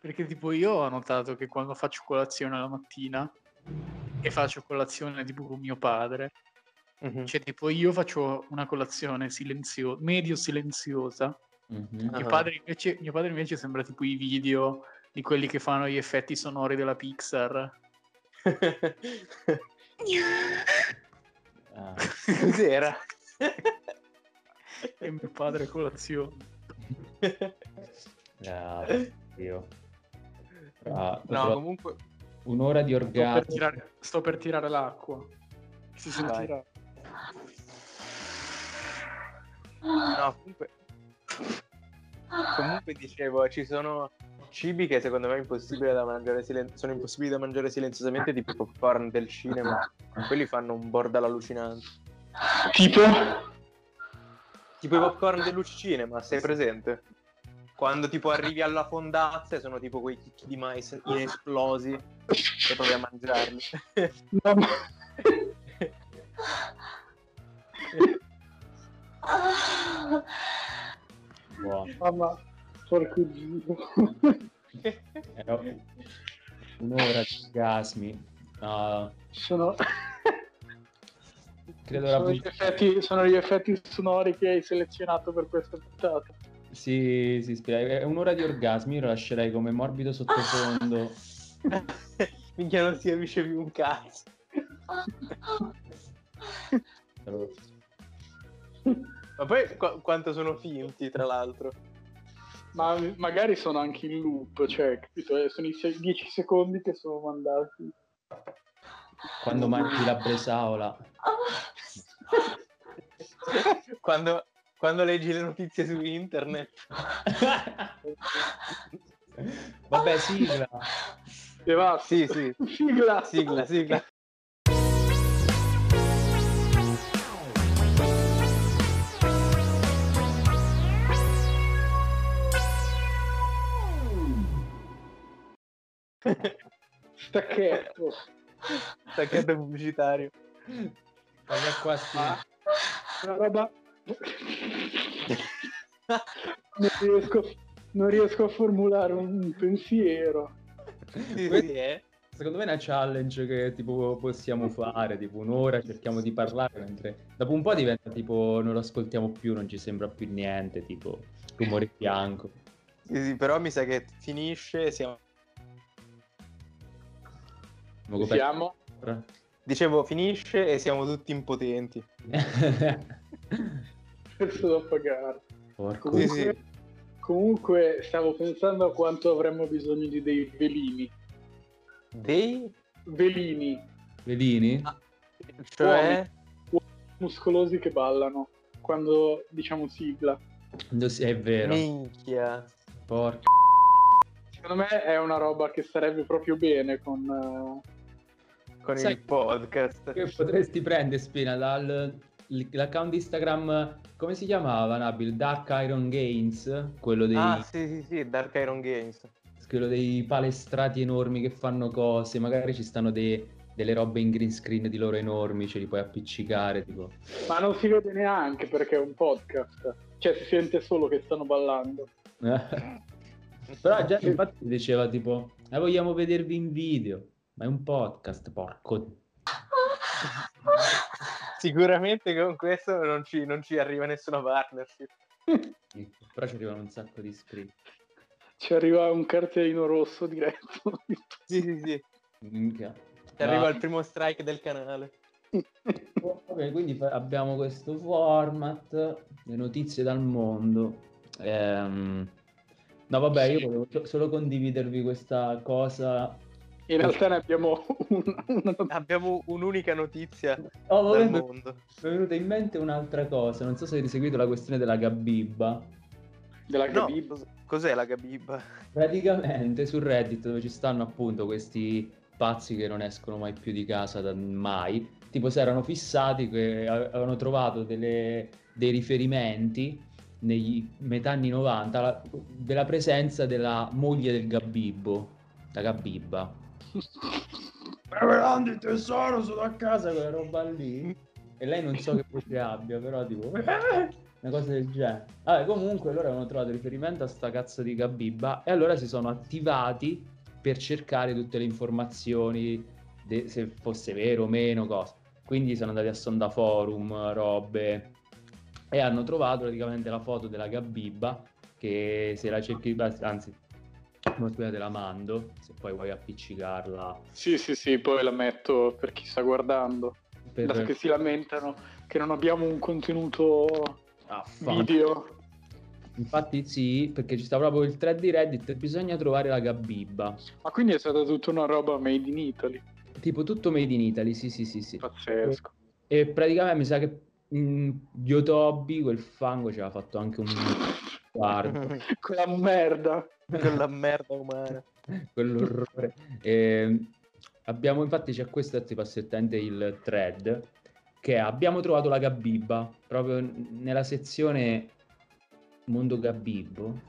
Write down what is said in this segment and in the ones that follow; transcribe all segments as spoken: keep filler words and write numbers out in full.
Perché tipo io ho notato che quando faccio colazione la mattina e faccio colazione tipo con mio padre, Mhm. cioè tipo io faccio una colazione silenziosa, medio silenziosa. Mhm. Mio Ah. padre invece, mio padre invece sembra tipo i video di quelli che fanno gli effetti sonori della Pixar. Ah. Cos'era? E mio padre a colazione. Ah, io. Ah, No, potrò- comunque un'ora di Sto per orgasmo. tirare, sto per tirare l'acqua. Si sentirà. no, comunque comunque dicevo, ci sono cibi che secondo me è impossibile da mangiare silen- sono impossibili da mangiare silenziosamente, tipo i popcorn del cinema. Quelli fanno un bordel allucinante. Tipo? Tipo i popcorn dell'Ucinema, sei presente? Quando tipo arrivi alla fondazza e sono tipo quei chicchi di mais inesplosi e provi a mangiarli. No, ma... Buono. Mamma, porco dio. Però un'ora di orgasmi. No, Sono... credo la sono, gli punt- effetti, sono gli effetti sonori che hai selezionato per questa puntata. Sì, sì, spiega. È un'ora di orgasmi, io lo lascerei come morbido sottofondo. Minchia, non si capisce più un cazzo. Però- Ma poi qu- quanto sono finti, tra l'altro. Ma magari sono anche in loop, cioè, capito? Eh, Sono i sei- dieci secondi che sono mandati. Quando mangi la bresaola. quando, quando leggi le notizie su internet. Vabbè, sigla. E va, Sì, sì. sigla. Sigla, sigla. Stacchetto. Stacchetto pubblicitario. Taglia qua, sì. Una roba... non, riesco, non riesco a formulare un pensiero. Sì, Que- sì, eh. Secondo me è una challenge che tipo possiamo fare, tipo un'ora cerchiamo di parlare, mentre dopo un po' diventa tipo non lo ascoltiamo più, non ci sembra più niente, tipo rumore bianco. Sì, sì, però mi sa che finisce e siamo... Siamo coperti- Siamo? Dicevo, finisce e siamo tutti impotenti. Questo da pagare. Porco. Sì, Comunque, sì. comunque stavo pensando a quanto avremmo bisogno di dei velini. Dei... Velini. Velini? Cioè... Muscolosi che ballano. Quando diciamo sigla. No, sì, è vero. Minchia. Porco. Secondo me è una roba che starebbe proprio bene con... eh, Con Sai- il podcast. Che potresti prendere, Spina, dal l- l'account Instagram, come si chiamava, Nabil? Dark Iron Gains, quello dei, Ah, sì, sì, sì, Dark Iron Games. quello dei palestrati enormi che fanno cose, magari ci stanno dei- delle robe in green screen di loro enormi, ce li puoi appiccicare, tipo. Ma non si vede neanche perché è un podcast. Cioè si sente solo che stanno ballando. Però già infatti diceva tipo, eh, vogliamo vedervi in video, ma è un podcast, porco. Sicuramente con questo non ci, non ci arriva nessuna partnership. Però ci arrivano un sacco di iscritti. Ci arriva un cartellino rosso diretto. Sì, sì, sì. Minchia. Ci arriva No. il primo strike del canale. Ok, quindi fa- abbiamo questo format, le notizie dal mondo. Ehm, No, vabbè, io volevo so- solo condividervi questa cosa. In realtà ne abbiamo un- una... Abbiamo un'unica notizia Oh, dal mi mondo. è venuta in mente un'altra cosa. Non so se avete seguito la questione della Gabibba. della No, Gabib. cos- cos'è la Gabibba? Praticamente su Reddit, dove ci stanno appunto questi pazzi che non escono mai più di casa da mai, tipo si erano fissati che ave- avevano trovato delle- dei riferimenti negli metà anni novanta la- della presenza della moglie del Gabibbo, la Gabibba. Revelando il tesoro, sono a casa, quella roba lì. E lei non so che voce abbia, però tipo... una cosa del genere. Vabbè, comunque loro avevano trovato riferimento a sta cazzo di Gabibba e allora si sono attivati per cercare tutte le informazioni, de- se fosse vero o meno, cosa. Quindi sono andati a Sonda Forum, robe, e hanno trovato praticamente la foto della Gabibba, che se la cerchi, anzi, non te la mando, se poi vuoi appiccicarla. Sì, sì, sì, poi la metto per chi sta guardando. Per... Dato che si lamentano che non abbiamo un contenuto Ah, fan. video. Infatti sì, perché ci sta proprio il thread di Reddit, bisogna trovare la Gabibba. Ma quindi è stata tutta una roba made in Italy. Tipo tutto made in Italy, sì sì sì sì. Pazzesco. E, e praticamente mi sa che mh, Yotobi, quel fango, ci aveva fatto anche un guardo. Quella merda. Quella merda umana. Quell'orrore. E, abbiamo infatti c'è questo, ti passo il thread, che abbiamo trovato la Gabibba, proprio nella sezione Mondo Gabibbo.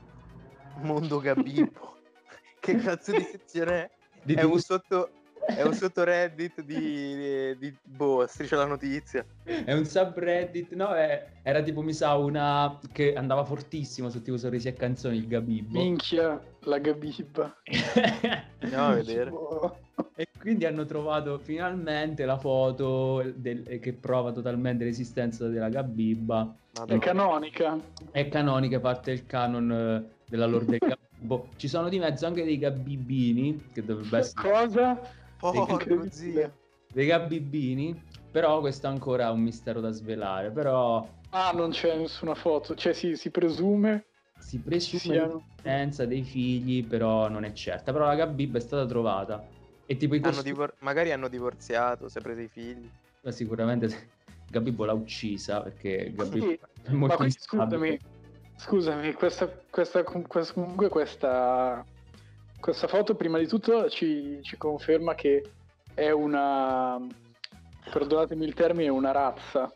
Mondo Gabibbo. Che cazzo di sezione è? Di È tipo- un sotto... È un sottoreddit di, di, di boh, striscia la notizia. È un subreddit, no? È- era tipo, mi sa, una che andava fortissimo su tipo sorrisi e canzoni, il Gabibbo. Minchia, la Gabibba. Andiamo a vedere. Oh. E quindi hanno trovato finalmente la foto del- che prova totalmente l'esistenza della Gabibba. È Madonna. canonica. È canonica, parte il canon eh, della lore del Gabibbo. Ci sono di mezzo anche dei Gabibini, che dovrebbe essere Cosa? Porco Incredibile. zio. dei Gabibini, però questo è ancora un mistero da svelare. Però Ah, non c'è nessuna foto. Cioè, si, si presume si ci presume siano. l'esistenza dei figli, però non è certa. Però la Gabibba è stata trovata. E tipo i Hanno costumi- divor- magari hanno divorziato, si è preso i figli. sicuramente Gabibbo l'ha uccisa, perché Gabibbo Sì, è molto ma quindi instabile. scusami, scusami, questa, questa, questa- comunque questa, questa foto prima di tutto ci, ci conferma che è una, perdonatemi il termine, una razza.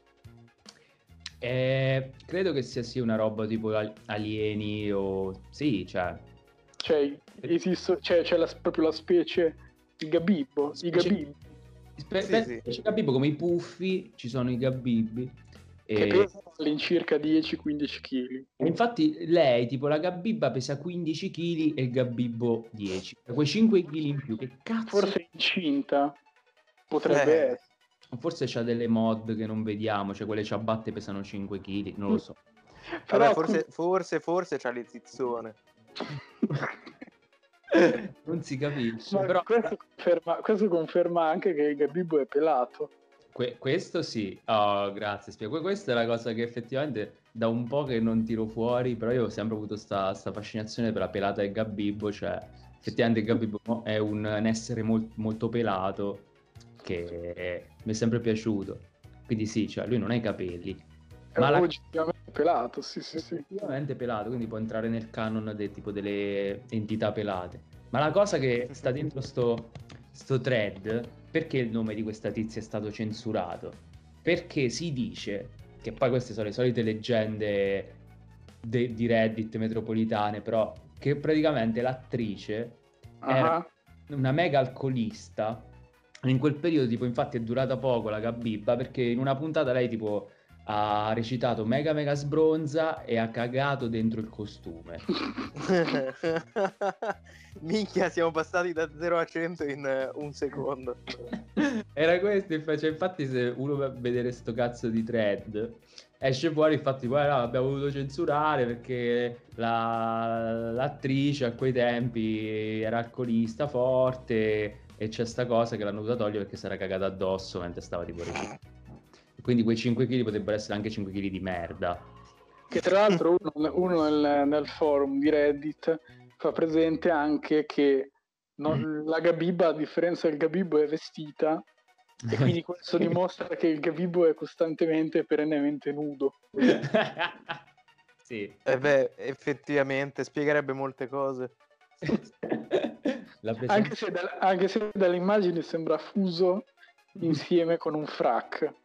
Eh, credo che sia sì una roba tipo al- alieni o... Sì, cioè... Cioè, esiste, cioè, c'è la- proprio la specie, il gabibbo, i Specie- gabibbi, Spe- Sì, pe- sì. C'è Gabibbo come i puffi, ci sono i Gabibbi. che E... pesano all'incirca dieci quindici chili. e infatti lei, tipo la Gabibba, pesa quindici chili e il Gabibbo dieci. Quei cinque chili in più, che cazzo... Forse incinta potrebbe Eh. essere. Forse c'ha delle mod che non vediamo, cioè quelle ciabatte pesano cinque chili, non lo so. Però Vabbè, forse, forse, forse c'ha le zizzone. Non si capisce, Ma però... questo, conferma, questo conferma anche che il gabibbo è pelato. Que- questo sì, oh, grazie. Spiego. Questa è la cosa che effettivamente da un po' che non tiro fuori, però io ho sempre avuto sta, sta fascinazione per la pelata del Gabibbo, cioè effettivamente il Gabibbo no, è un, un essere mol- molto pelato che mi è sempre piaciuto. Quindi sì, cioè lui non ha i capelli, È ma la... oggettivamente pelato, sì, sì, sì. effettivamente pelato, quindi può entrare nel canon de- tipo delle entità pelate. Ma la cosa che sta dentro sto, sto thread, perché il nome di questa tizia è stato censurato? Perché si dice, che poi queste sono le solite leggende de- di Reddit metropolitane, però che praticamente l'attrice era Ah, una mega alcolista. In quel periodo, tipo, infatti è durata poco la Gabibba, perché in una puntata lei, tipo, ha recitato mega mega sbronza e ha cagato dentro il costume. Minchia, siamo passati da zero a cento in eh, un secondo. Era questo, inf- cioè, infatti se uno va a vedere sto cazzo di thread esce fuori, infatti poi no, abbiamo voluto censurare perché la- l'attrice a quei tempi era alcolista forte e c'è sta cosa che l'hanno dovuta togliere perché si era cagata addosso mentre stava tipo recitando. Quindi quei cinque chili potrebbero essere anche cinque chili di merda. che tra l'altro uno, uno nel, nel forum di Reddit fa presente anche che non- la Gabibba, a differenza del Gabibbo, è vestita e quindi questo dimostra che il Gabibbo è costantemente e perennemente nudo. Sì. E beh, effettivamente spiegherebbe molte cose. La presenza- Anche se, da- anche se dalle immagini sembra fuso insieme con un frac.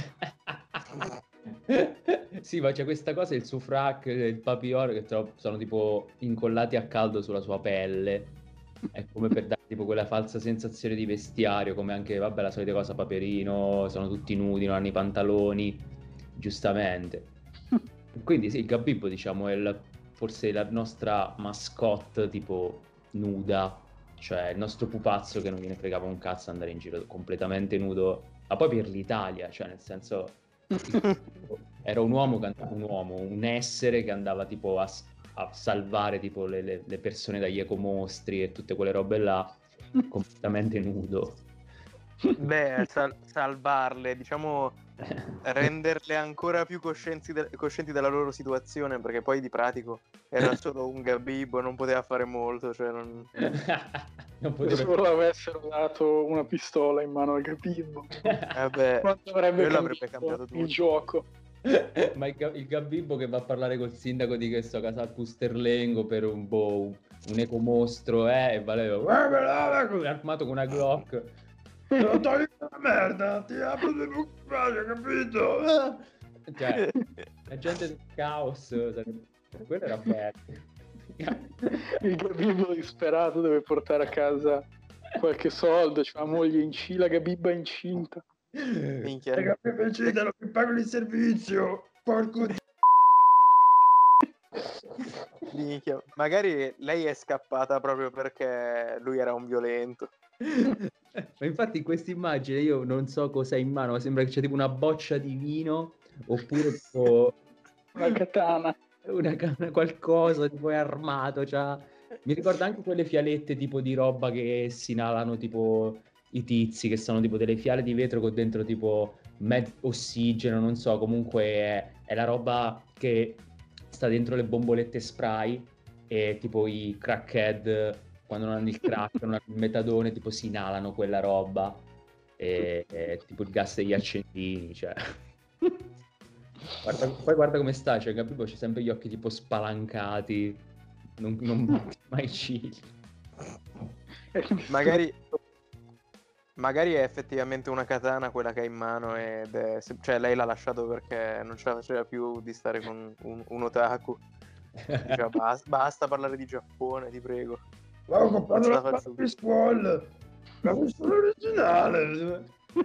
Sì, ma c'è questa cosa, il suo frac, il papillon che tro- sono tipo incollati a caldo sulla sua pelle. È come per dare tipo quella falsa sensazione di vestiario, come anche, vabbè, la solita cosa, Paperino, sono tutti nudi, non hanno i pantaloni, giustamente. Quindi sì, il Gabibbo diciamo è il, forse la nostra mascotte tipo nuda, cioè il nostro pupazzo che non gliene fregava un cazzo andare in giro completamente nudo, ma poi per l'Italia, cioè nel senso era un uomo, che andava- un uomo, un essere che andava tipo a, a salvare tipo le, le- le persone dagli ecomostri e tutte quelle robe là, completamente nudo. Beh, sal- salvarle, diciamo, renderle ancora più coscienti, de- coscienti della loro situazione, perché poi di pratico era solo un Gabibbo, non poteva fare molto, cioè non... Non Se poteva... solo avessero dato una pistola in mano al Gabibbo, Vabbè, quanto avrebbe quello cambiato avrebbe cambiato tutto. il gioco. Ma il, Ga- il Gabibbo che va a parlare col sindaco di che so, Casal Pusterlengo per un boh, un ecomostro, eh, e Valerio armato con una Glock. Non togli la merda, ti apro le bucce, capito? Cioè, la gente del caos, quello era bello. Il Gabibbo disperato deve portare a casa qualche soldo, c'è la moglie incinta, la Gabibba incinta. Minchia. La Gabibba incinta, non mi pagano il servizio, porco di... Minchia. Magari lei è scappata proprio perché lui era un violento. Ma infatti in questa immagine io non so cosa hai in mano, ma sembra che c'è tipo una boccia di vino oppure tipo una katana, una, qualcosa tipo è armato, cioè... mi ricorda anche quelle fialette tipo di roba che si inalano tipo i tizi, che sono tipo delle fiale di vetro con dentro tipo mezzo ossigeno, non so, comunque è, è la roba che sta dentro le bombolette spray e tipo i crackhead quando non hanno il crack, non hanno il metadone, tipo si inalano quella roba e, e tipo il gas degli accendini, cioè... Guarda, poi guarda come sta, cioè Gabibbo c'ha sempre gli occhi tipo spalancati, non, non batti mai ciglia. Magari, magari è effettivamente una katana quella che ha in mano ed è, cioè lei l'ha lasciato perché non ce la faceva più di stare con un, un otaku. Diceva basta, basta parlare di Giappone, ti prego. No, Non comprando ce la la faccio di Squall, la versione originale.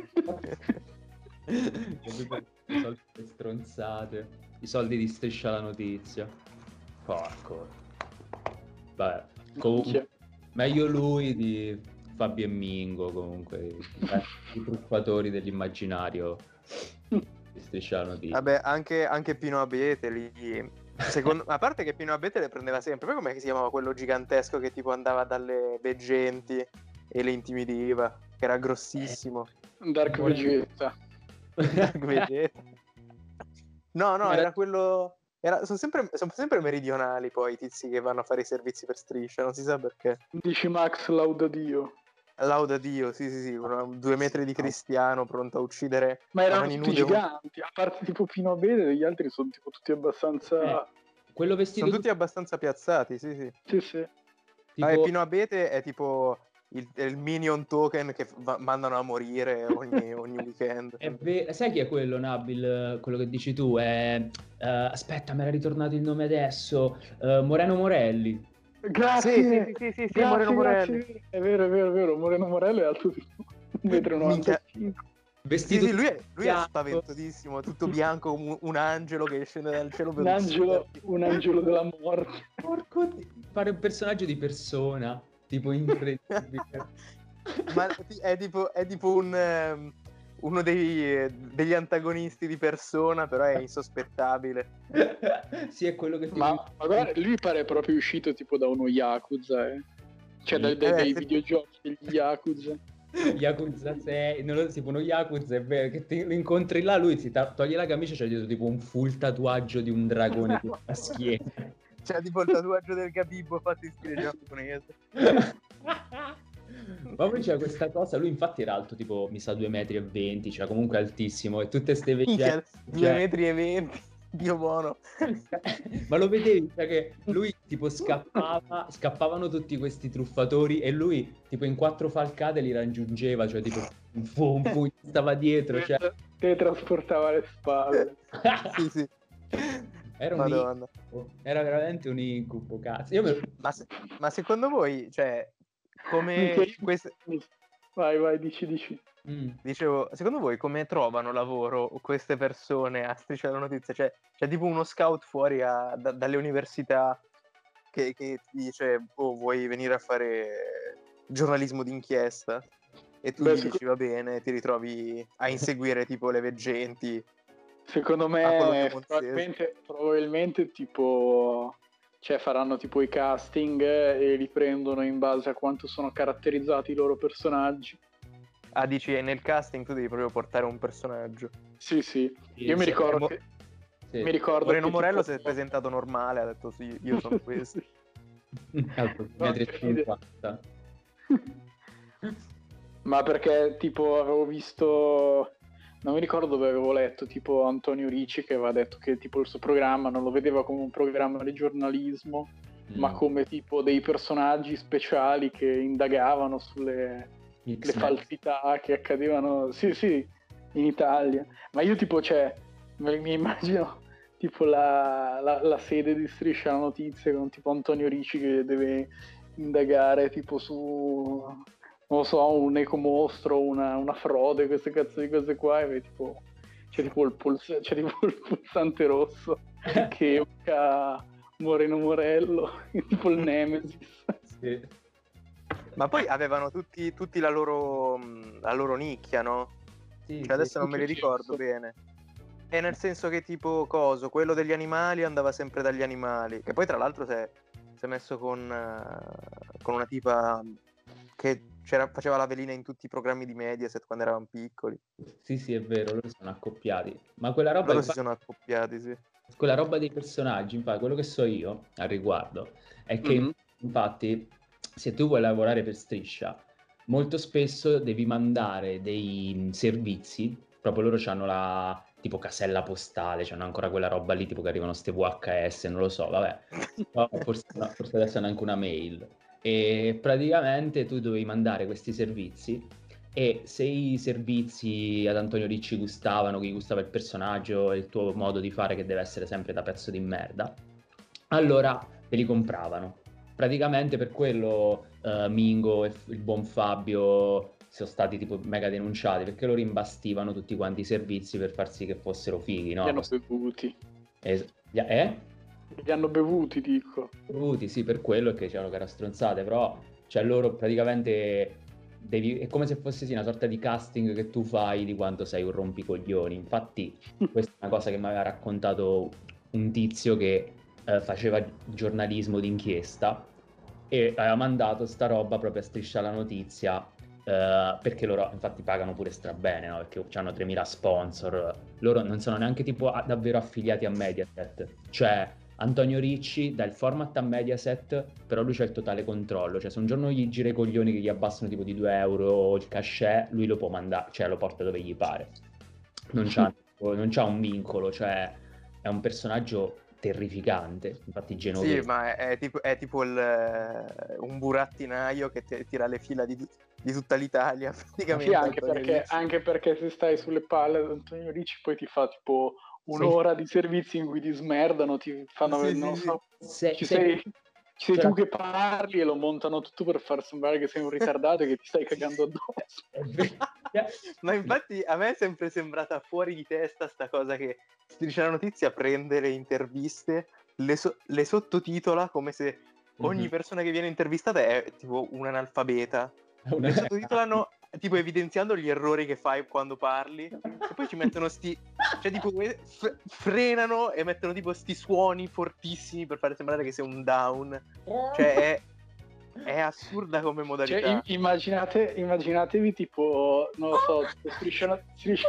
I soldi per stronzate, i soldi di Striscia la Notizia. Porco. Vabbè, comunque meglio lui di Fabio e Mingo, comunque i, i truffatori dell'immaginario di Striscia la Notizia. Vabbè, anche, anche Pino Abete lì, secondo, a parte che Pino Abete le prendeva sempre, poi come si chiamava quello gigantesco che tipo andava dalle veggenti e le intimidiva, che era grossissimo. Dark Vegeta. Dark Vegeta. No, no, era quello... Era, sono, sempre, sono sempre meridionali poi i tizi che vanno a fare i servizi per Striscia, non si sa perché. Dici Max Lauda Dio. Lauda Dio, sì sì sì, una, due metri di cristiano pronto a uccidere. Ma erano tutti tutti giganti, un... a parte tipo Pino Abete, gli altri sono tipo tutti abbastanza... Eh, quello vestito... Sono tutti abbastanza piazzati, sì sì. Sì sì. Tipo... Ah, Pino Abete è tipo... Il, il minion token che va- mandano a morire ogni, ogni weekend. È ver- sai chi è quello, Nabil? Quello che dici tu è... Uh, aspetta, me era ritornato il nome adesso. Uh, Moreno Morelli. Grazie, sì, sì, sì, sì, sì, grazie, Moreno Morelli. Grazie. È vero, è vero, è vero. Moreno Morelli è alto tipo un metro e novantacinque. Vestito sì, sì, lui è, lui è spaventosissimo, tutto bianco, un, un angelo che scende dal cielo per un angelo, un angelo della morte. Porco Dio, pare un personaggio di Persona. Tipo incredibile. Ma è tipo, è tipo un, um, uno dei, degli antagonisti di Persona, però è insospettabile. Sì, è quello che ti... Ma, ma guarda, lui pare proprio uscito tipo da uno Yakuza, eh. Cioè sì. dai, dai, eh, dai se... videogiochi degli Yakuza. Yakuza sei, non lo so, tipo uno Yakuza è vero, che ti, lo incontri là, lui si ta- toglie la camicia, c'è dietro tipo un full tatuaggio di un dragone sulla schiena. C'è tipo il tatuaggio del Gabibbo fatto in stile giapponese. Ma poi c'è questa cosa, lui infatti era alto tipo, mi sa, due metri e venti, cioè comunque altissimo, e tutte ste veggenti... due metri e venti, Dio buono. Ma lo vedevi, cioè che lui tipo scappava, scappavano tutti questi truffatori e lui tipo in quattro falcate li raggiungeva, cioè tipo un po' stava dietro, cioè... teletrasportava le spalle. Sì, sì. Era un Madonna. incubo, era veramente un incubo, cazzo. Io me... ma, se, ma secondo voi, cioè, come queste, Vai, vai, dici, dici. Mm. Dicevo, secondo voi come trovano lavoro queste persone a strisciare la notizia? Cioè, c'è tipo uno scout fuori a- da- dalle università che, che ti dice, oh, vuoi venire a fare giornalismo d'inchiesta? E tu Beh, gli seco- dici va bene, ti ritrovi a inseguire tipo le veggenti Secondo a Cologno me Monzese. probabilmente, probabilmente tipo, cioè faranno tipo i casting e li prendono in base a quanto sono caratterizzati i loro personaggi. Ah, dici, e nel casting tu devi proprio portare un personaggio. Sì, sì. Sì, Io mi sì. ricordo Mo- che Sì. mi ricordo Moreno che Morello tipo... si è presentato normale, ha detto sì, io sono questo. Alto, No, metri e che fide. cinquanta. Ma perché tipo avevo visto, non mi ricordo dove avevo letto, tipo Antonio Ricci che aveva detto che tipo il suo programma non lo vedeva come un programma di giornalismo, ma Mm. come tipo dei personaggi speciali che indagavano sulle le X-Men. falsità che accadevano, sì, sì, in Italia. Ma io tipo, cioè, me- mi immagino tipo la, la- la sede di Striscia la Notizia con tipo Antonio Ricci che deve indagare tipo su, non lo so, un ecomostro, una, una frode, queste cazzo di cose qua, e tipo, c'è tipo il, puls- c'è tipo il pulsante rosso che evoca Moreno Morello, tipo il Nemesis. Sì. Ma poi avevano tutti, tutti la, loro, mh, la loro nicchia, no? Sì, Cioè sì. adesso non me li Sì, ricordo giusto. bene. E nel senso che tipo coso, quello degli animali andava sempre dagli animali. Che poi tra l'altro si è, si è messo con, eh, con una tipa che c'era- faceva la velina in tutti i programmi di Mediaset quando eravamo piccoli. Sì, sì, è vero, loro sono accoppiati. Ma quella roba, Loro si infatti, sono accoppiati, sì. quella roba dei personaggi, infatti, quello che so io al riguardo è che, Mhm. infatti, se tu vuoi lavorare per Striscia, molto spesso devi mandare dei mh, servizi, proprio loro hanno la tipo casella postale, c'hanno ancora quella roba lì, tipo che arrivano ste V H S, non lo so, vabbè. No, forse, no, forse adesso hanno anche una mail. E praticamente tu dovevi mandare questi servizi e se i servizi ad Antonio Ricci gustavano, che gli gustava il personaggio e il tuo modo di fare che deve essere sempre da pezzo di merda, allora te li compravano. Praticamente per quello eh, Mingo e F- il buon Fabio sono stati tipo mega denunciati perché loro imbastivano tutti quanti i servizi per far sì che fossero fighi, no? Li hanno Cos- bevuti. es- eh? Li hanno bevuti, dico. Bevuti, sì, per quello è che dicevano che era stronzate, però cioè loro praticamente devi, è come se fosse sì, una sorta di casting che tu fai di quanto sei un rompicoglioni. Infatti, questa è una cosa che mi aveva raccontato un tizio che eh, faceva giornalismo d'inchiesta e aveva mandato sta roba proprio a Striscia la Notizia. eh, perché loro infatti pagano pure strabene, no? Perché hanno tremila sponsor, loro non sono neanche tipo a- davvero affiliati a Mediaset, cioè Antonio Ricci dà il format a Mediaset, però lui c'ha il totale controllo, cioè se un giorno gli gira i coglioni che gli abbassano tipo di due euro il cachet, lui lo può mandare, cioè lo porta dove gli pare. Non c'ha, non c'ha un vincolo, cioè è un personaggio terrificante, infatti Sì, genovese. ma è, è tipo, è tipo il, eh, un burattinaio che ti- tira le fila di, di tutta l'Italia, Sì, praticamente anche Antonio perché, Ricci. anche perché se stai sulle palle ad Antonio Ricci poi ti fa tipo Sei- un'ora di servizi in cui ti smerdano, ti fanno, Sì, non sì, sì. so, sei- ci sei- sei, ci sei cioè, tu la- che parli e lo montano tutto per far sembrare che sei un ritardato e che ti stai cagando addosso. è vero. Ma infatti a me è sempre sembrata fuori di testa sta cosa che Striscia la Notizia prende le interviste, le, so- le sottotitola come se ogni Mhm. persona che viene intervistata è tipo un analfabeta. È una- Le sottotitolano tipo evidenziando gli errori che fai quando parli e poi ci mettono sti... cioè tipo f- frenano e mettono tipo sti suoni fortissimi per fare sembrare che sei un down. Cioè è, è assurda come Cioè, modalità. im- immaginate, immaginatevi tipo, non lo so, tipo Striscia la- Striscia-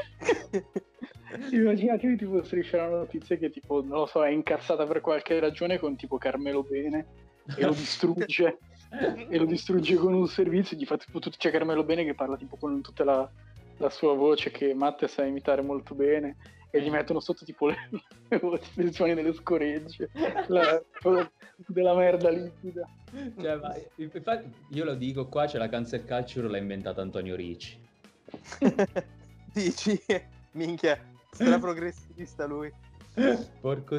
immaginatevi tipo Striscia la Notizia che tipo, non lo so, è incazzata per qualche ragione con tipo Carmelo Bene e lo distrugge e lo distrugge con un servizio, gli fa tipo tutto, c'è Carmelo Bene che parla tipo con tutta la, la sua voce che Matte sa imitare molto bene e gli mettono sotto tipo le, le espressioni delle scoregge, la, della merda liquida. Cioè, ma, infatti, io lo dico qua, c'è la cancel culture, l'ha inventata Antonio Ricci. Dici, minchia, straprogressista lui. Porco...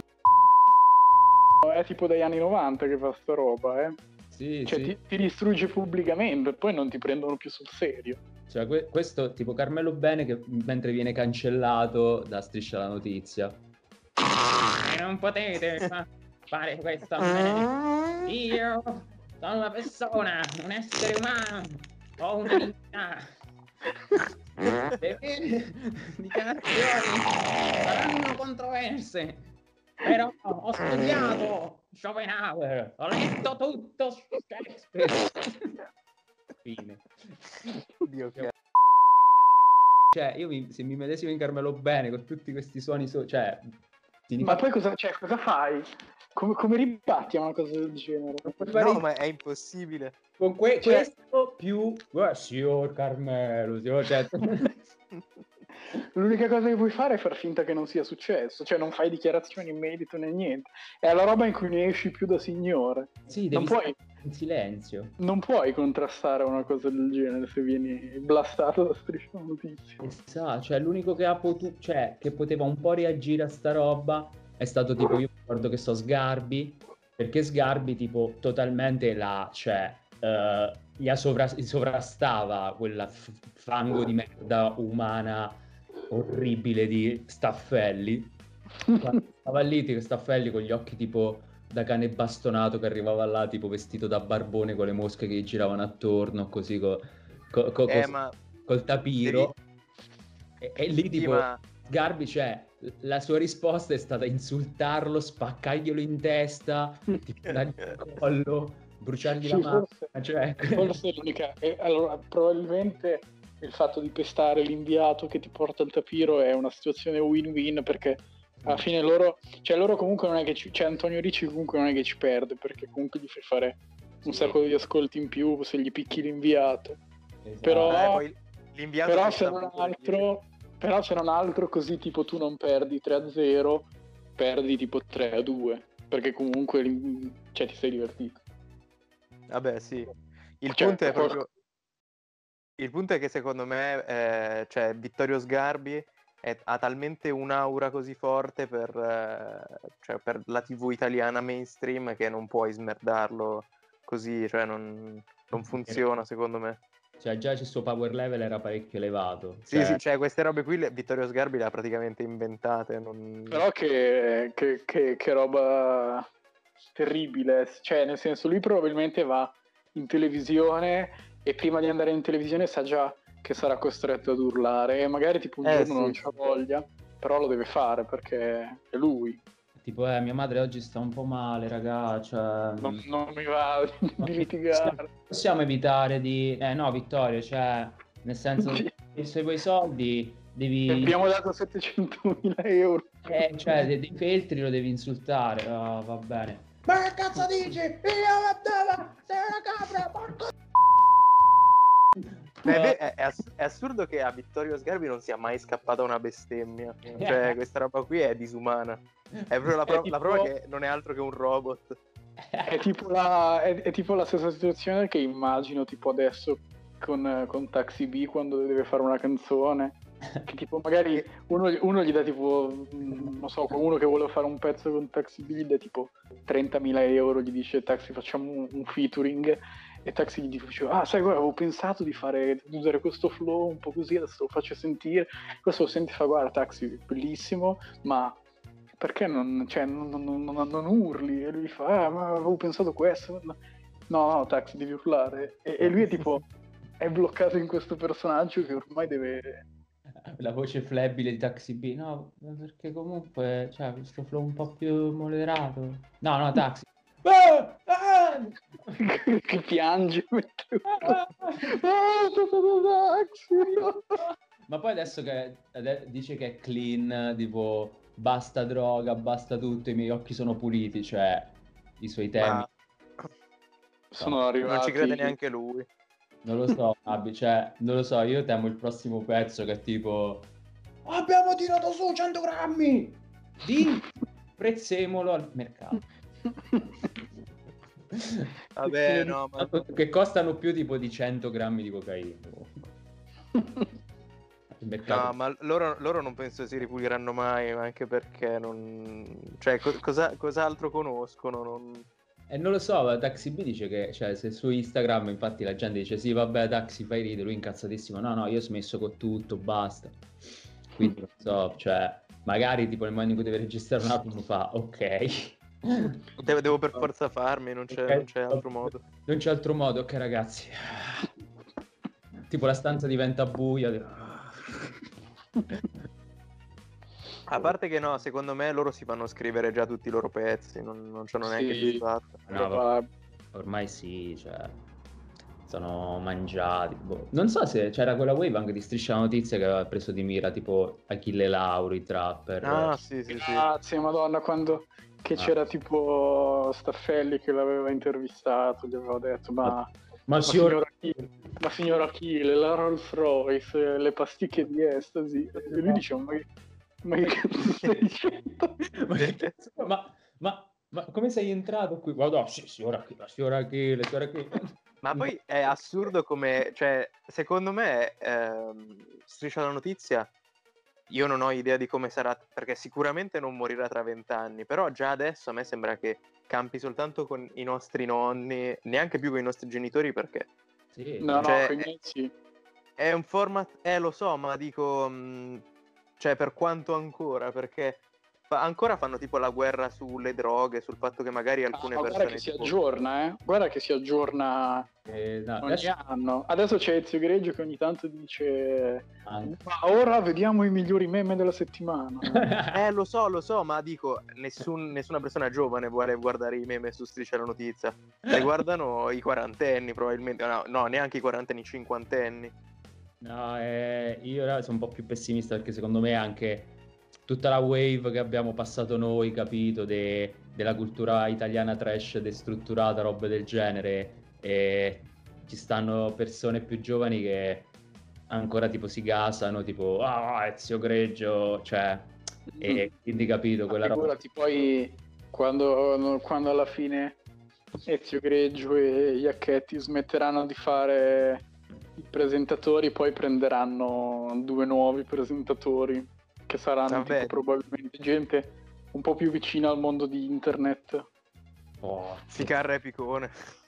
È tipo dagli anni novanta che fa sta roba, eh. Sì, Cioè sì. ti, ti distrugge pubblicamente e poi non ti prendono più sul serio. Cioè, que- questo tipo Carmelo Bene che mentre viene cancellato da Striscia la Notizia. E non potete fa- fare questo a me. Io sono una persona, un essere umano, ho una dignità. Le mie dichiarazioni saranno controverse, però ho studiato Schopenhauer, ho letto tutto Shakespeare. Fine. Dio che... Cioè, io mi, se mi medesimo in Carmelo Bene con tutti questi suoni, so- cioè, ti Ma poi cosa, cioè, cosa fai? Come, come ribatti a una cosa del genere? No, ma è impossibile. Con que- Cioè- questo più eh, signor Carmelo, signor, cioè... L'unica cosa che puoi fare è far finta che non sia successo, cioè non fai dichiarazioni in merito né niente. È la roba in cui ne esci più da signore. Sì, Non devi puoi, stare in silenzio. non puoi contrastare una cosa del genere se vieni blastato da Striscia la Notizia. Esatto, cioè l'unico che ha potuto, cioè che poteva un po' reagire a sta roba è stato tipo, io ricordo che so Sgarbi, perché Sgarbi tipo totalmente la, cioè eh, gli ha sovra- sovrastava quella f- fango di merda umana orribile di Staffelli. Quando stava lì, tipo, Staffelli con gli occhi tipo da cane bastonato che arrivava là tipo vestito da barbone con le mosche che gli giravano attorno, così co- co- co- Eh, cos- ma col tapiro. devi... E, e lì Sì, tipo ma... Sgarbi, cioè, la sua risposta è stata insultarlo, spaccarglielo in testa, tipo dargli il collo, bruciargli la Sì, mano. forse, Cioè... forse è l'unica. E allora, probabilmente il fatto di pestare l'inviato che ti porta il tapiro è una situazione win-win, perché alla fine loro, cioè loro comunque non è che ci, cioè Antonio Ricci comunque non è che ci perde, perché comunque gli fai fare un Sì. sacco di ascolti in più se gli picchi l'inviato. Esatto. Però, Eh, poi l'inviato però si se sta non pure altro, però se non altro così tipo tu non perdi tre a zero, perdi tipo tre a due, perché comunque l'in- cioè, ti sei divertito. Vabbè, sì. Il Cioè, punto è qual- proprio... Il punto è che secondo me, eh, cioè, Vittorio Sgarbi è- ha talmente un'aura così forte per, eh, cioè, per la tivù italiana mainstream che non puoi smerdarlo così, cioè non, non funziona secondo me. Cioè già il suo power level era parecchio elevato. Sì, Cioè, sì, cioè queste robe qui le- Vittorio Sgarbi le ha praticamente inventate. Non... Però che, che, che, che roba terribile, cioè nel senso lui probabilmente va in televisione e prima di andare in televisione sa già che sarà costretto ad urlare e magari tipo un Eh, giorno sì, non sì. c'ha voglia, però lo deve fare perché è lui. tipo, eh, mia madre oggi sta un po' male, raga, cioè... Non, non mi va di Possiamo, litigare. possiamo evitare di... Eh no, Vittorio, cioè, nel senso, Sì. se vuoi soldi devi... Abbiamo dato settecentomila euro. Eh, cioè, dei, dei feltri lo devi insultare. Ah, va bene. Ma che cazzo dici? Io Matteo, sei una capra, porco... Beh, beh, è, è ass- è assurdo che a Vittorio Sgarbi non sia mai scappata una bestemmia. Cioè, questa roba qui è disumana. È proprio la, pro- È tipo- la prova che non è altro che un robot. È tipo, la, è, è tipo la stessa situazione che immagino tipo adesso con, con Taxi B quando deve fare una canzone. Che tipo magari uno, uno gli dà tipo, mh, non so, uno che vuole fare un pezzo con Taxi B gli dà tipo trentamila euro, gli dice Taxi facciamo un, un featuring e Taxi gli dice ah sai guarda avevo pensato di fare di usare questo flow un po' così, adesso lo faccio sentire, questo lo senti e fa guarda Taxi bellissimo ma perché non, cioè, non, non, non, non urli? E lui fa ah ma avevo pensato questo, no no Taxi devi urlare e, e lui è tipo è bloccato in questo personaggio che ormai deve... La voce flebile di Taxi B, no, perché comunque, cioè, questo flow un po' più moderato. No, no, Taxi. Ah, ah! che piange mentre... Ah! Ah, Taxi, no. Ma poi adesso che ade- dice che è clean, tipo basta droga, basta tutto, i miei occhi sono puliti, cioè i suoi temi. Ma Sono arrivati... non ci crede neanche lui. Non lo so, Abbi, cioè, non lo so, io temo il prossimo pezzo che è tipo abbiamo tirato su cento grammi di prezzemolo al mercato. Vabbè, no, ma... Che costano più tipo di cento grammi di cocaina. Il mercato. No, ma loro, loro non penso si ripuliranno mai, anche perché non... Cioè, co- cosa, cos'altro conoscono? Non... E non lo so, Taxi B dice che, cioè, se su Instagram infatti la gente dice sì, vabbè, Taxi, fai ridere, lui incazzatissimo, no, no, io ho smesso con tutto, basta. Quindi non so, cioè, magari tipo nel momento in cui deve registrare un album fa, ok. Devo, devo per forza farmi, non c'è, Okay, non c'è altro modo. Non c'è altro modo, ok ragazzi. Tipo la stanza diventa buia. A parte che no, secondo me loro si fanno scrivere già tutti i loro pezzi, non, non c'hanno neanche Sì. disfatto. No, Probab- ormai sì, cioè, sono mangiati. boh. Non so se c'era quella wave anche di Striscia la Notizia che aveva preso di mira tipo Achille Lauri, Trapper. Ah, sì, sì, sì. Grazie, Madonna, quando che Ah. c'era tipo Staffelli che l'aveva intervistato, gli aveva detto ma, Ma ma signor... signora Achille, ma signora Achille, la Rolls Royce, le pasticche di ecstasy, e lui diceva ma che, ma che cazzo stai dicendo? ma, che cazzo- ma, ma, ma come sei entrato qui? Guarda, sì, signora Achille, signora Achille, signora Achille. Ma poi è assurdo come, cioè, secondo me, ehm, Striscia la Notizia, io non ho idea di come sarà, perché sicuramente non morirà tra vent'anni, però già adesso a me sembra che campi soltanto con i nostri nonni, neanche più con i nostri genitori, perché Sì, No, no, Cioè, coi miei sì. è un format, eh lo so, ma dico, mh, cioè per quanto ancora, perché fa- ancora fanno tipo la guerra sulle droghe, sul fatto che magari Ah, alcune ma persone... guarda che si tipo- aggiorna, eh? Guarda che si aggiorna Eh, no, ogni adesso- anno. Adesso c'è Ezio Greggio che ogni tanto dice anche- ma ora vediamo i migliori meme della settimana. Eh, lo so, lo so, ma dico, nessun- nessuna persona giovane vuole guardare i meme su Striscia la Notizia. Le guardano i quarantenni, probabilmente. No, no, neanche i quarantenni, i cinquantenni. No, eh, io ora sono un po' più pessimista perché secondo me anche tutta la wave che abbiamo passato noi, capito, de- della cultura italiana trash destrutturata, robe del genere, e ci stanno persone più giovani che ancora tipo si gasano, tipo, ah, Ezio Greggio, cioè, e quindi capito, Ma quella roba... figurati poi quando, quando alla fine Ezio Greggio e Iacchetti smetteranno di fare i presentatori, poi prenderanno due nuovi presentatori che saranno Vabbè. tipo probabilmente gente un po' più vicina al mondo di internet. Oh, Ficarra e Picone.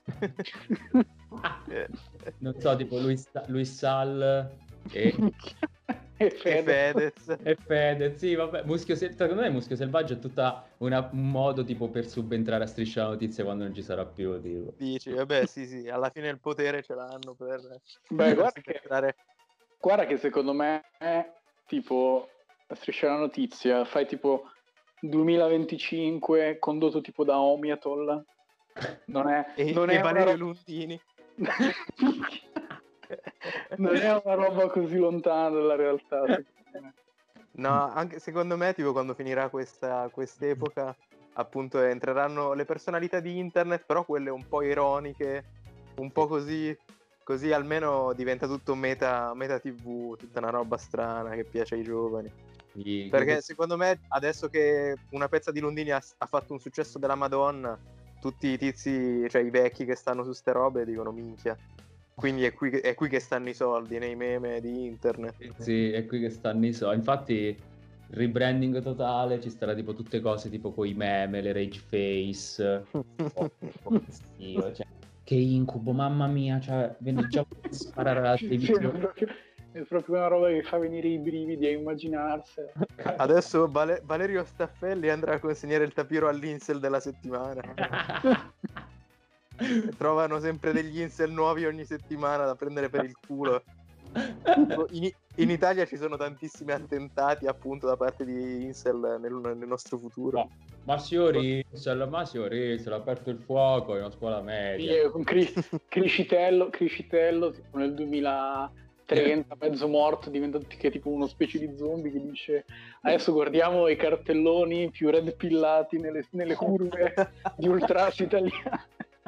Eh, non so, tipo Luis, Luis Sal e... e E Fede. Fedez. E Fede, sì, vabbè, Muschio Sel- secondo me Muschio Selvaggio è tutta una- un modo tipo per subentrare a Striscia la Notizia quando non ci sarà più, tipo. Dici, vabbè, sì, sì, alla fine il potere ce l'hanno per... Beh, per guarda che, subentrare. guarda che secondo me è tipo Striscia la Notizia, fai tipo duemilaventicinque condotto tipo da Omiatol. Non è, E, non e è una Valerio roba... Lundini. non è una roba così lontana dalla realtà, secondo me. No, anche secondo me, tipo, quando finirà questa quest'epoca, appunto, entreranno le personalità di internet, però quelle un po' ironiche, un po' così, così almeno diventa tutto meta, meta tivù, tutta una roba strana che piace ai giovani. Gli- Perché secondo me, adesso che una pezza di Lundini ha, ha fatto un successo della Madonna, tutti i tizi, cioè i vecchi che stanno su ste robe dicono minchia. Quindi è qui, che- è qui che stanno i soldi, nei meme di internet. Sì, è qui che stanno i soldi. Infatti, rebranding totale, ci starà tipo tutte cose tipo coi meme, le rage face. Oh, oh, schifo, cioè, che incubo, mamma mia, cioè, viene già a sparare alla Sì, è, televisione. proprio, è proprio una roba che fa venire i brividi a immaginarsela. Adesso Vale- Valerio Staffelli andrà a consegnare il tapiro all'incel della settimana. Trovano sempre degli incel nuovi ogni settimana da prendere per il culo. In, in Italia ci sono tantissimi attentati appunto da parte di incel nel, nel nostro futuro. No, ma Siori, ma Siori, se l'ha aperto il fuoco in una scuola media. Io con Cri- Criscitello, Criscitello tipo nel duemilatrenta, mezzo morto, diventa che è tipo una specie di zombie che dice adesso guardiamo i cartelloni più red pillati nelle, nelle curve di Ultras italiani.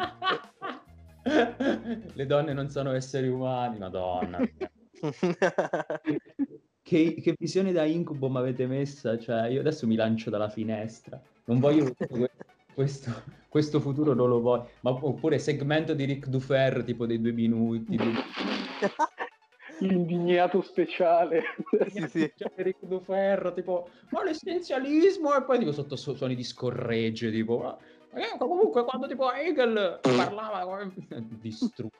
Le donne non sono esseri umani, madonna. Che, che visione da incubo mi avete messa? Cioè, io adesso mi lancio dalla finestra. Non voglio questo, questo futuro, non lo voglio. Ma oppure segmento di Ric Dufer, tipo dei due minuti. Due... L'indignato speciale. Sì, sì. Ric Dufer, tipo, ma l'essenzialismo, e poi dico sotto su- suoni di scorregge, tipo, ma, Eh, comunque quando tipo Hegel parlava come... distrutto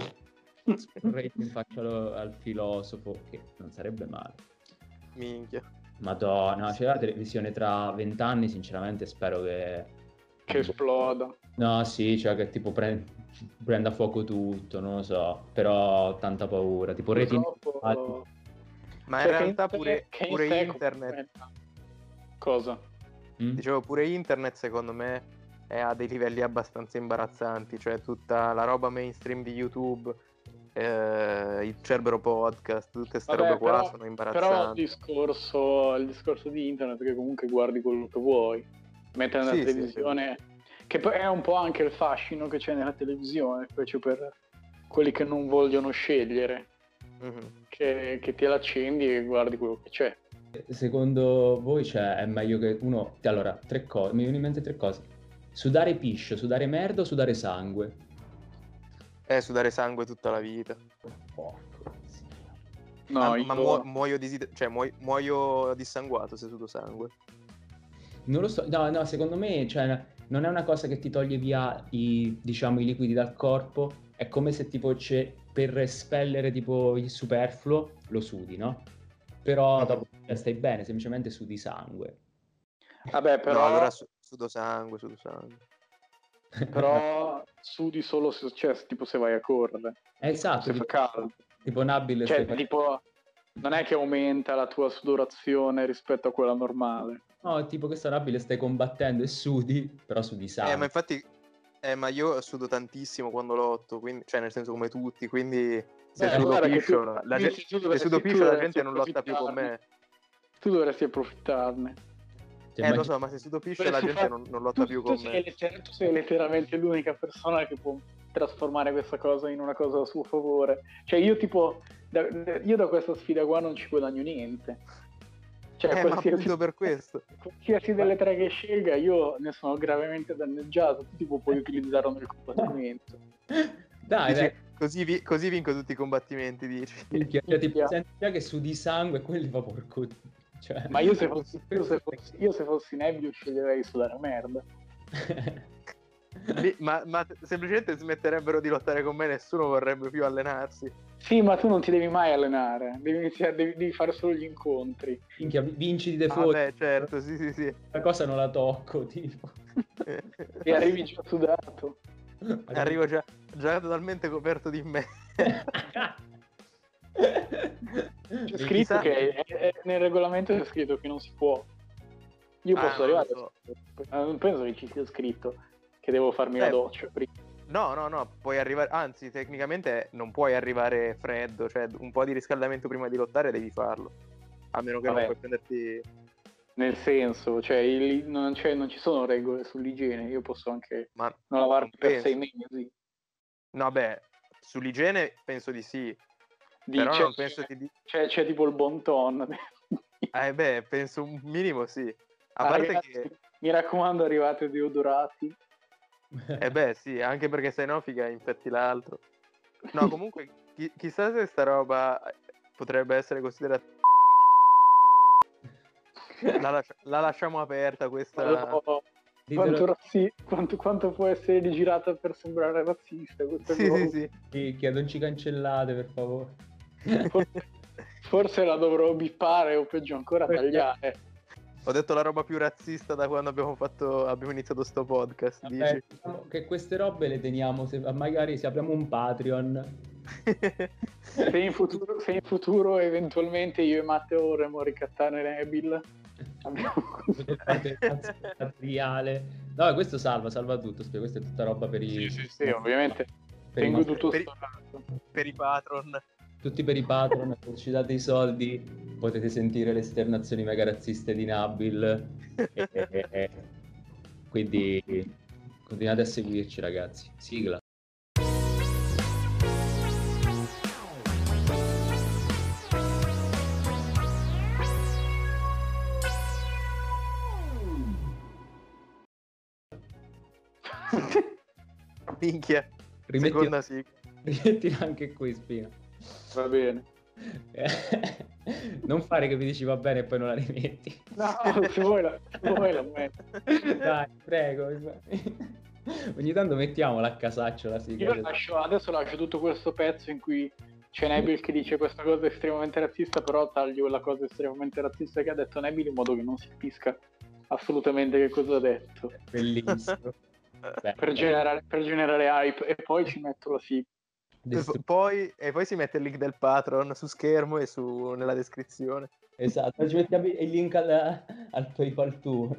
rating in faccia al, al filosofo, che non sarebbe male. Minchia. Madonna, c'è la televisione tra vent'anni, sinceramente spero che... Che esploda. No, sì, cioè che tipo pre- prenda fuoco tutto, non lo so, però ho tanta paura, tipo rating... Purtroppo... Ma in Cioè, che realtà in- pure, che in pure sé internet, Cosa? Mm? dicevo pure internet secondo me è a dei livelli abbastanza imbarazzanti, cioè tutta la roba mainstream di YouTube, eh, il Cerbero Podcast, tutte queste Vabbè, robe qua però, sono però il imbarazzanti. discorso, il discorso di internet è che comunque guardi quello che vuoi, mentre nella Sì, sì, televisione, che poi è un po' anche il fascino che c'è nella televisione, specie per quelli che non vogliono scegliere, Mhm. che, che te l'accendi e guardi quello che c'è. Secondo voi cioè, è meglio che uno... Allora, tre cose, mi viene in mente tre cose. Sudare piscio, sudare merda o sudare sangue? Eh, sudare sangue tutta la vita. Porco zio. No, ma io... ma muo- muoio, disid- cioè, muoio, muoio dissanguato se sudo sangue. Non lo so, no, no, secondo me cioè, non è una cosa che ti toglie via i, diciamo, i liquidi dal corpo, è come se tipo c'è, per espellere tipo il superfluo lo sudi, no? Però Mhm. dopo cioè, stai bene, semplicemente sudi sangue. Vabbè, però, No, allora su- sudo sangue, sudo sangue. però sudi solo se, cioè, tipo se vai a correre, È esatto, se fa tipo, caldo. tipo Nabil Cioè, stai facendo... tipo, non è che aumenta la tua sudorazione rispetto a quella normale. No, tipo questo Nabil stai combattendo e sudi, però sudi sangue. Eh, ma infatti, eh, ma io sudo tantissimo quando lotto, quindi, cioè nel senso come tutti, quindi se Beh, sudo guarda che piscio, tu- la, la invece gente- tu se dovresti- sudo tu piscio la dovresti gente non lotta più con me. approfittarne. Tu dovresti approfittarne. Cioè, Eh, lo immagini- so, ma se sudo piscio la Dovresti gente fare- non, non lotta tu, più tu con sei me. letter- tu sei letteralmente l'unica persona che può trasformare questa cosa in una cosa a suo favore. Cioè io tipo, da, io da questa sfida qua non ci guadagno niente. Cioè, Eh, ma qualsiasi, appunto per questo. qualsiasi delle tre che scelga, io ne sono gravemente danneggiato. Tu tipo puoi utilizzarlo nel combattimento. Dai, Dici, dai. così, vi- così vinco tutti i combattimenti, dici. Minchia, cioè, tipo, Minchia. senti già che sudi sangue e quelli fa porco... Cioè... Ma io se fossi, io se fossi, io se fossi Nevio sceglierei sudare merda. Lì- ma, ma semplicemente smetterebbero di lottare con me, nessuno vorrebbe più allenarsi. Sì, ma tu non ti devi mai allenare, devi, iniziare, devi, devi fare solo gli incontri. Minchia, vinci di Ah, default. beh, certo, sì, sì, sì. La cosa non la tocco, tipo. E arrivi già sudato. Arrivo già, già totalmente coperto di me. C'è scritto Chissà- che è- è- nel regolamento c'è scritto che non si può. Io Ah, posso non lo arrivare. so. Ma non penso che ci sia scritto che devo farmi la Eh. doccia prima. No, no, no, puoi arrivare, anzi, tecnicamente non puoi arrivare freddo, cioè un po' di riscaldamento prima di lottare devi farlo. A meno che Vabbè. non puoi prenderti... Nel senso, cioè, il- non, c'è- non ci sono regole sull'igiene. Io posso anche Ma non lavarmi non per penso. sei mesi. No, beh, sull'igiene penso di sì, Di- però c'è, non penso che... Di... c'è, c'è tipo il bon ton. Eh beh, penso un minimo sì. A Ah, parte ragazzi, che... mi raccomando, arrivate deodorati. Eh beh, sì, anche perché se no figa infetti l'altro. No, comunque, chi- chissà se sta roba potrebbe essere considerata... La, lascia- la lasciamo aperta questa... Però, Ditelo- quanto, razzi- quanto, quanto può essere rigirata per sembrare razzista questa Sì, cosa? sì, sì. Sì, chiedo, non ci cancellate, per favore. Forse, forse la dovrò bippare o peggio ancora tagliare. Ho detto la roba più razzista da quando abbiamo fatto abbiamo iniziato sto podcast, Vabbè, dici? diciamo che queste robe le teniamo, se, magari se apriamo un Patreon. Se in futuro, se in futuro eventualmente io e Matteo vorremmo ricattare Nabil, abbiamo... materiale. No, questo salva, salva tutto. Spie- Questa è tutta roba per i... Sì, sì, sì, ovviamente per i tengo nostri- tutto per i- storato. Per i patron. tutti per i Patreon, se ci date i soldi potete sentire le esternazioni mega razziste di Nabil. E- e- e- quindi continuate a seguirci, ragazzi. Sigla. Minchia. Rimetti, Seconda sigla. rimettila anche qui, Spina. Va bene. Non fare che mi dici va bene e poi non la rimetti. No, se vuoi la, se vuoi la metto. Dai, prego. Ogni tanto mettiamola a casaccio la sigla. Io lascio, adesso lascio tutto questo pezzo in cui c'è Nabil che dice questa cosa estremamente razzista, però taglio la cosa estremamente razzista che ha detto Nabil in modo che non si capisca assolutamente che cosa ha detto. Bellissimo. Beh, per, generare, per generare hype, e poi ci metto la sigla. destru- Poi, e poi si mette il link del Patreon su schermo e su, nella descrizione. Esatto, ci mettiamo il link al, al PayPal tuo.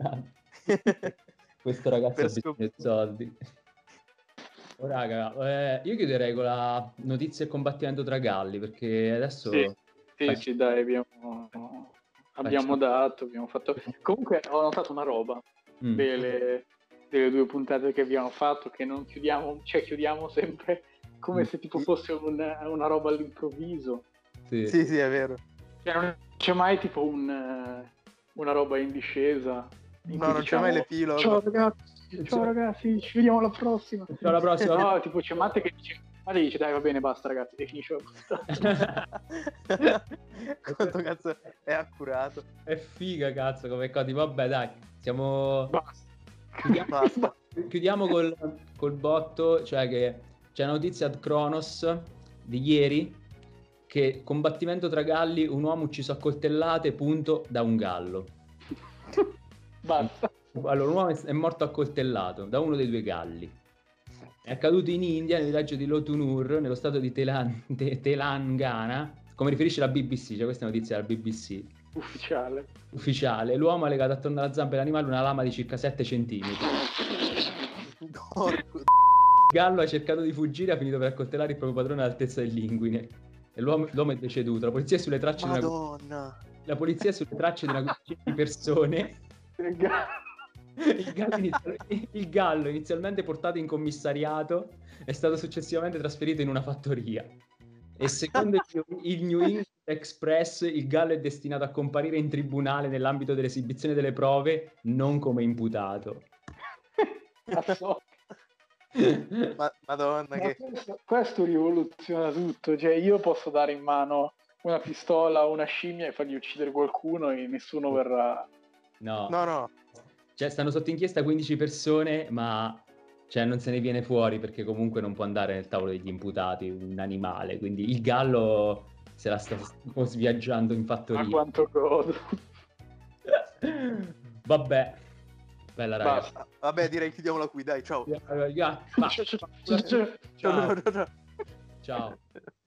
Questo ragazzo Per ha bisogno di soldi. Oh, raga, eh, io chiuderei con la notizia e combattimento tra galli, perché adesso Sì, sì, Faccio- sì, dai, abbiamo, abbiamo Faccio- dato, abbiamo fatto... Comunque ho notato una roba Mm. delle, delle due puntate che abbiamo fatto, che non chiudiamo, cioè chiudiamo sempre come Mm. se tipo fosse un- una roba all'improvviso. Sì. Sì, sì, è vero. Cioè non c'è mai tipo un, eh, una roba in discesa. in No, cui non c'è diciamo, mai l'epilogo. Ciao ragazzi, ciao ragazzi, ci vediamo alla prossima. Ciao, alla prossima. No, tipo c'è Matte che dice, Matte dice dai va bene basta ragazzi e finisce la puntata. Quanto cazzo è accurato. È figa, cazzo, come codi. Vabbè, dai, siamo... Basta. Chiudiamo, Basta. chiudiamo col, col botto, cioè che c'è una notizia ad Kronos di ieri, che combattimento tra galli, un uomo ucciso a coltellate, punto, da un gallo. Basta. Allora, un uomo è morto accoltellato da uno dei due galli. È accaduto in India, nel villaggio di Lotunur, nello stato di Telan- Te- Telangana, come riferisce la B B C, cioè questa è notizia della B B C Ufficiale. ufficiale. L'uomo ha legato attorno alla zampa dell'animale una lama di circa sette centimetri. Porco. Il gallo ha cercato di fuggire e ha finito per accoltellare il proprio padrone all'altezza dell'inguine. E l'uomo, l'uomo è deceduto. La polizia è sulle tracce di una, Madonna. la polizia è sulle tracce di una quindicina di persone. Il ga- Il gallo, inizial- il gallo, inizialmente portato in commissariato, è stato successivamente trasferito in una fattoria. E secondo il il New England Express, il gallo è destinato a comparire in tribunale nell'ambito dell'esibizione delle prove, non come imputato. Cazzo. Ma- Madonna Ma che... questo, questo rivoluziona tutto, cioè io posso dare in mano una pistola a una scimmia e fargli uccidere qualcuno e nessuno verrà. No, No, no. cioè stanno sotto inchiesta quindici persone, ma cioè, non se ne viene fuori perché comunque non può andare nel tavolo degli imputati un animale, quindi il gallo se la sta un po' sviaggiando in Ma fattoria. quanto godo. Vabbè, bella raga. Basta. Vabbè, direi chiudiamola qui, dai, ciao. Raga, va. Ciao, ciao, ciao, ciao. Ciao. Ciao, ciao, ciao. Ciao.